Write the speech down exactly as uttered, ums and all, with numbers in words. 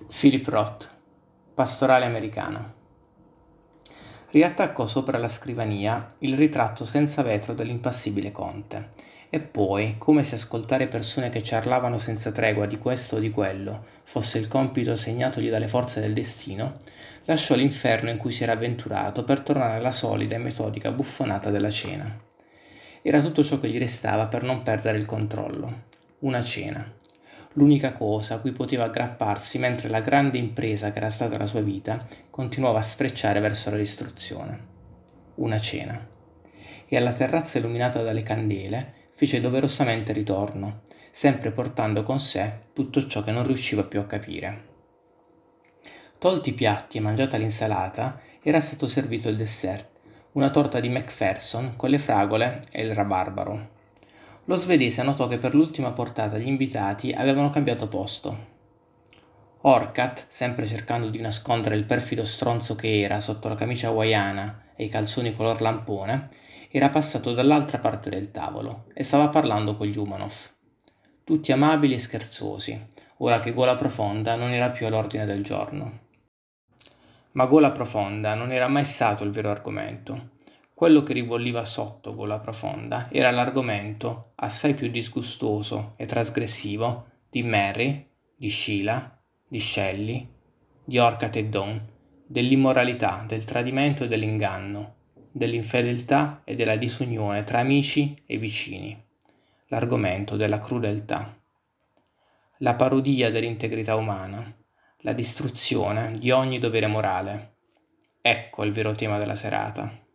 Philip Roth, Pastorale americana. Riattaccò sopra la scrivania il ritratto senza vetro dell'impassibile conte e poi, come se ascoltare persone che ciarlavano senza tregua di questo o di quello fosse il compito assegnatogli dalle forze del destino, lasciò l'inferno in cui si era avventurato per tornare alla solida e metodica buffonata della cena. Era tutto ciò che gli restava per non perdere il controllo. Una cena. L'unica cosa a cui poteva aggrapparsi mentre la grande impresa che era stata la sua vita continuava a sfrecciare verso la distruzione. Una cena. E alla terrazza illuminata dalle candele fece doverosamente ritorno, sempre portando con sé tutto ciò che non riusciva più a capire. Tolti i piatti e mangiata l'insalata, era stato servito il dessert, una torta di Macpherson con le fragole e il rabarbaro. Lo svedese notò che per l'ultima portata gli invitati avevano cambiato posto. Orcat, sempre cercando di nascondere il perfido stronzo che era sotto la camicia hawaiana e i calzoni color lampone, era passato dall'altra parte del tavolo e stava parlando con gli Umanov. Tutti amabili e scherzosi, ora che Gola Profonda non era più all'ordine del giorno. Ma Gola Profonda non era mai stato il vero argomento. Quello che ribolliva sotto Gola Profonda era l'argomento, assai più disgustoso e trasgressivo, di Mary, di Sheila, di Shelley, di Orcat e Dawn, dell'immoralità, del tradimento e dell'inganno, dell'infedeltà e della disunione tra amici e vicini. L'argomento della crudeltà. La parodia dell'integrità umana, la distruzione di ogni dovere morale. Ecco il vero tema della serata.